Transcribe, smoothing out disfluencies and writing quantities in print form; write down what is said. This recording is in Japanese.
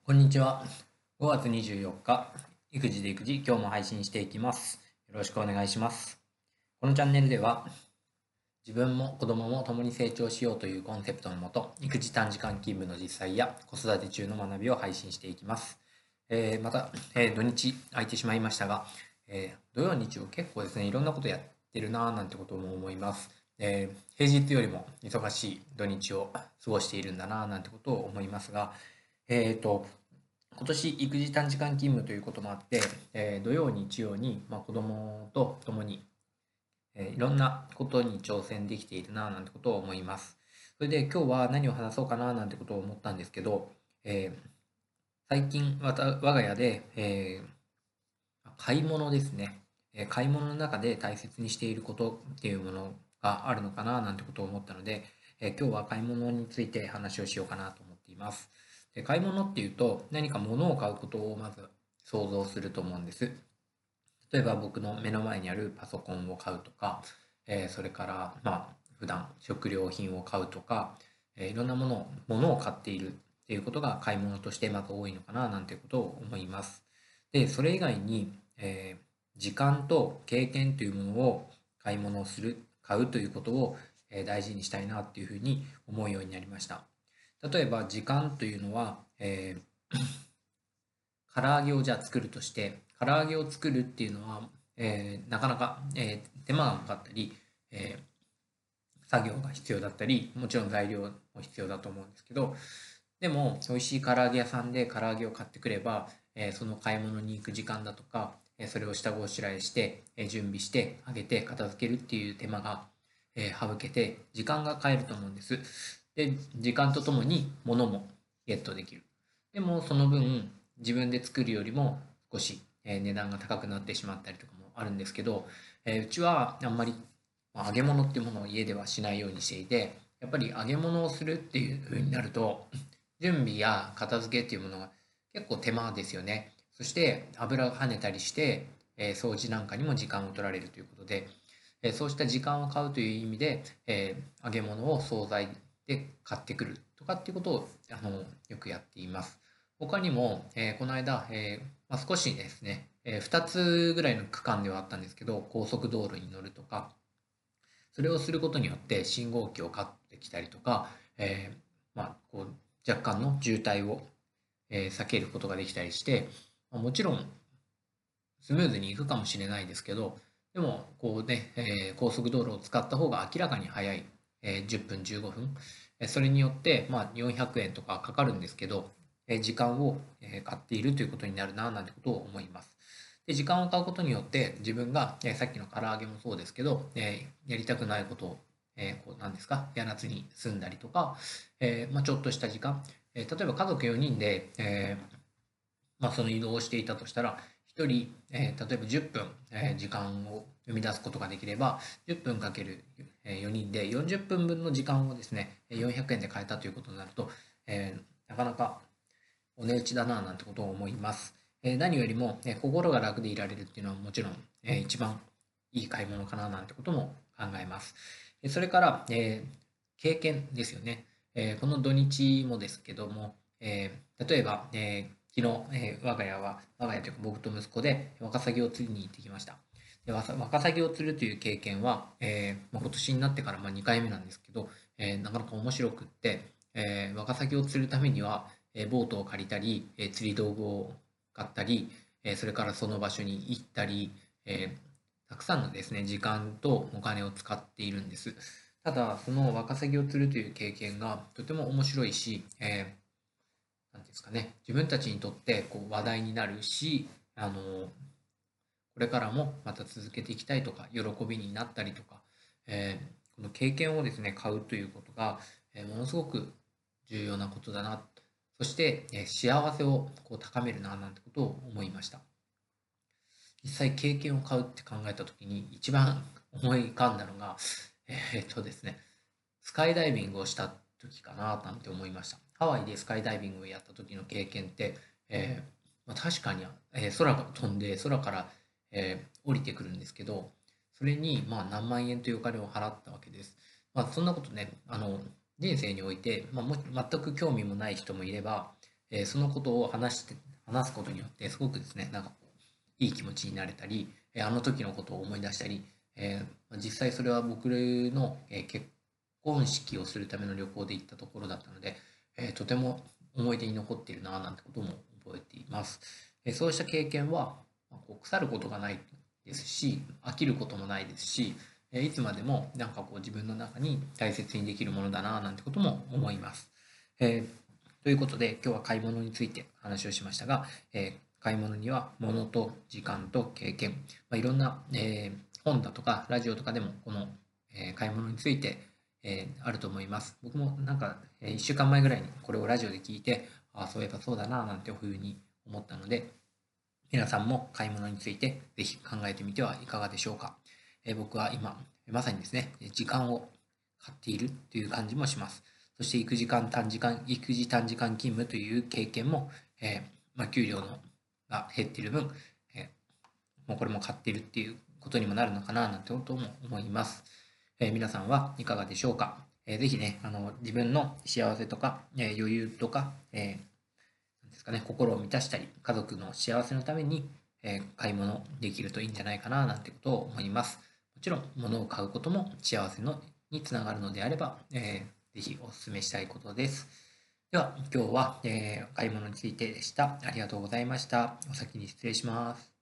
こんにちは。5月24日、育児で育児、今日も配信していきます。よろしくお願いします。このチャンネルでは、自分も子供も共に成長しようというコンセプトのもと、育児短時間勤務の実際や子育て中の学びを配信していきます。また、土日空いてしまいましたが、土曜日曜結構ですね、いろんなことやってるなぁなんてことも思います。平日よりも忙しい土日を過ごしているんだなぁなんてことを思いますが、えーと、今年育児短時間勤務ということもあって、土曜日曜に、子供と共に、いろんなことに挑戦できているななんてことを思います。それで今日は何を話そうかななんてことを思ったんですけど、最近我が家で、買い物ですね。買い物の中で大切にしていることっていうものがあるのかななんてことを思ったので、今日は買い物について話をしようかなと思っています。で、買い物っていうと何か物を買うことをまず想像すると思うんです。例えば僕の目の前にあるパソコンを買うとか、それから普段食料品を買うとか、いろんなものを買っているっていうことが買い物としてまず多いのかななんていうことを思います。で、それ以外に、時間と経験というものを買うということを、大事にしたいなっていうふうに思うようになりました。例えば時間というのは、唐揚げをじゃあ作るとして、唐揚げを作るっていうのは、なかなか、手間がかかったり、作業が必要だったり、もちろん材料も必要だと思うんですけど、でも美味しい唐揚げ屋さんで唐揚げを買ってくれば、その買い物に行く時間だとか、それを下ごしらえして、準備してあげて片付けるっていう手間が、省けて時間が買えると思うんです。で、時間とともに物もゲットできる。でもその分自分で作るよりも少し、値段が高くなってしまったりとかもあるんですけど、うちはあんまり揚げ物っていうものを家ではしないようにしていて、やっぱり揚げ物をするっていう風になると、準備や片付けっていうものが結構手間ですよね。そして油が跳ねたりして、掃除なんかにも時間を取られるということで、そうした時間を買うという意味で、揚げ物を惣菜で買ってくるとかっていうことをよくやっています。他にも、この間、少しですね、2つぐらいの区間ではあったんですけど、高速道路に乗るとか、それをすることによって信号機を買ってきたりとか、こう若干の渋滞を、避けることができたりして、もちろんスムーズにいくかもしれないですけど、でもこうね、高速道路を使った方が明らかに早い、10分15分、それによって、400円とかかかるんですけど、時間を、買っているということになるななんてことを思います。で、時間を買うことによって自分が、さっきの唐揚げもそうですけど、やりたくないことを、何ですか、やらずに済んだりとか、ちょっとした時間、例えば家族4人で、その移動をしていたとしたら、1人、例えば10分、時間を生み出すことができれば、10分かける、4人で40分分の時間をですね、400円で買えたということになると、なかなかお値打ちだななんてことを思います。何よりも、心が楽でいられるっていうのはもちろん、一番いい買い物かななんてことも考えます。それから、経験ですよね。この土日もですけども、例えば、昨日、我が家というか僕と息子でワカサギを釣りに行ってきました。で、ワカサギを釣るという経験は、今年になってから2回目なんですけど、なかなか面白くって、ワカサギを釣るためには、ボートを借りたり、釣り道具を買ったり、それからその場所に行ったり、たくさんのですね、時間とお金を使っているんです。ただ、そのワカサギを釣るという経験がとても面白いし、なんていうんですかね、自分たちにとってこう話題になるし、これからもまた続けていきたいとか、喜びになったりとか、この経験をですね、買うということが、ものすごく重要なことだな。そして、幸せをこう高めるな、なんてことを思いました。実際経験を買うって考えた時に一番思い浮かんだのが、ですね、スカイダイビングをした時かななんて思いました。ハワイでスカイダイビングをやった時の経験って、確かに、空が飛んで空から、降りてくるんですけど、それに何万円というお金を払ったわけです。そんなことね、人生において、全く興味もない人もいれば、 そのことを話すことによってすごくですね、なんかいい気持ちになれたり、あの時のことを思い出したり、実際それは僕の、結婚式をするための旅行で行ったところだったので、とても思い出に残っているななんてことも覚えています。そうした経験は、こう腐ることがないですし、飽きることもないですし、いつまでもなんかこう自分の中に大切にできるものだななんてことも思います。ということで今日は買い物について話をしましたが、買い物には物と時間と経験、いろんな、本だとかラジオとかでもこの、買い物について、あると思います。僕もなんか、1週間前ぐらいにこれをラジオで聞いて、そういえばそうだななんていうふうに思ったので、皆さんも買い物についてぜひ考えてみてはいかがでしょうか。僕は今まさにですね、時間を買っているという感じもします。そして育児短時間勤務という経験も、給料が減っている分、もうこれも買っているっていうことにもなるのかななんてことも思います。皆さんはいかがでしょうか。ぜひね、自分の幸せとか、余裕とか、なんですかね、心を満たしたり、家族の幸せのために、買い物できるといいんじゃないかななんてことを思います。もちろん、物を買うことも幸せにつながるのであれば、ぜひお勧めしたいことです。では、今日は、買い物についてでした。ありがとうございました。お先に失礼します。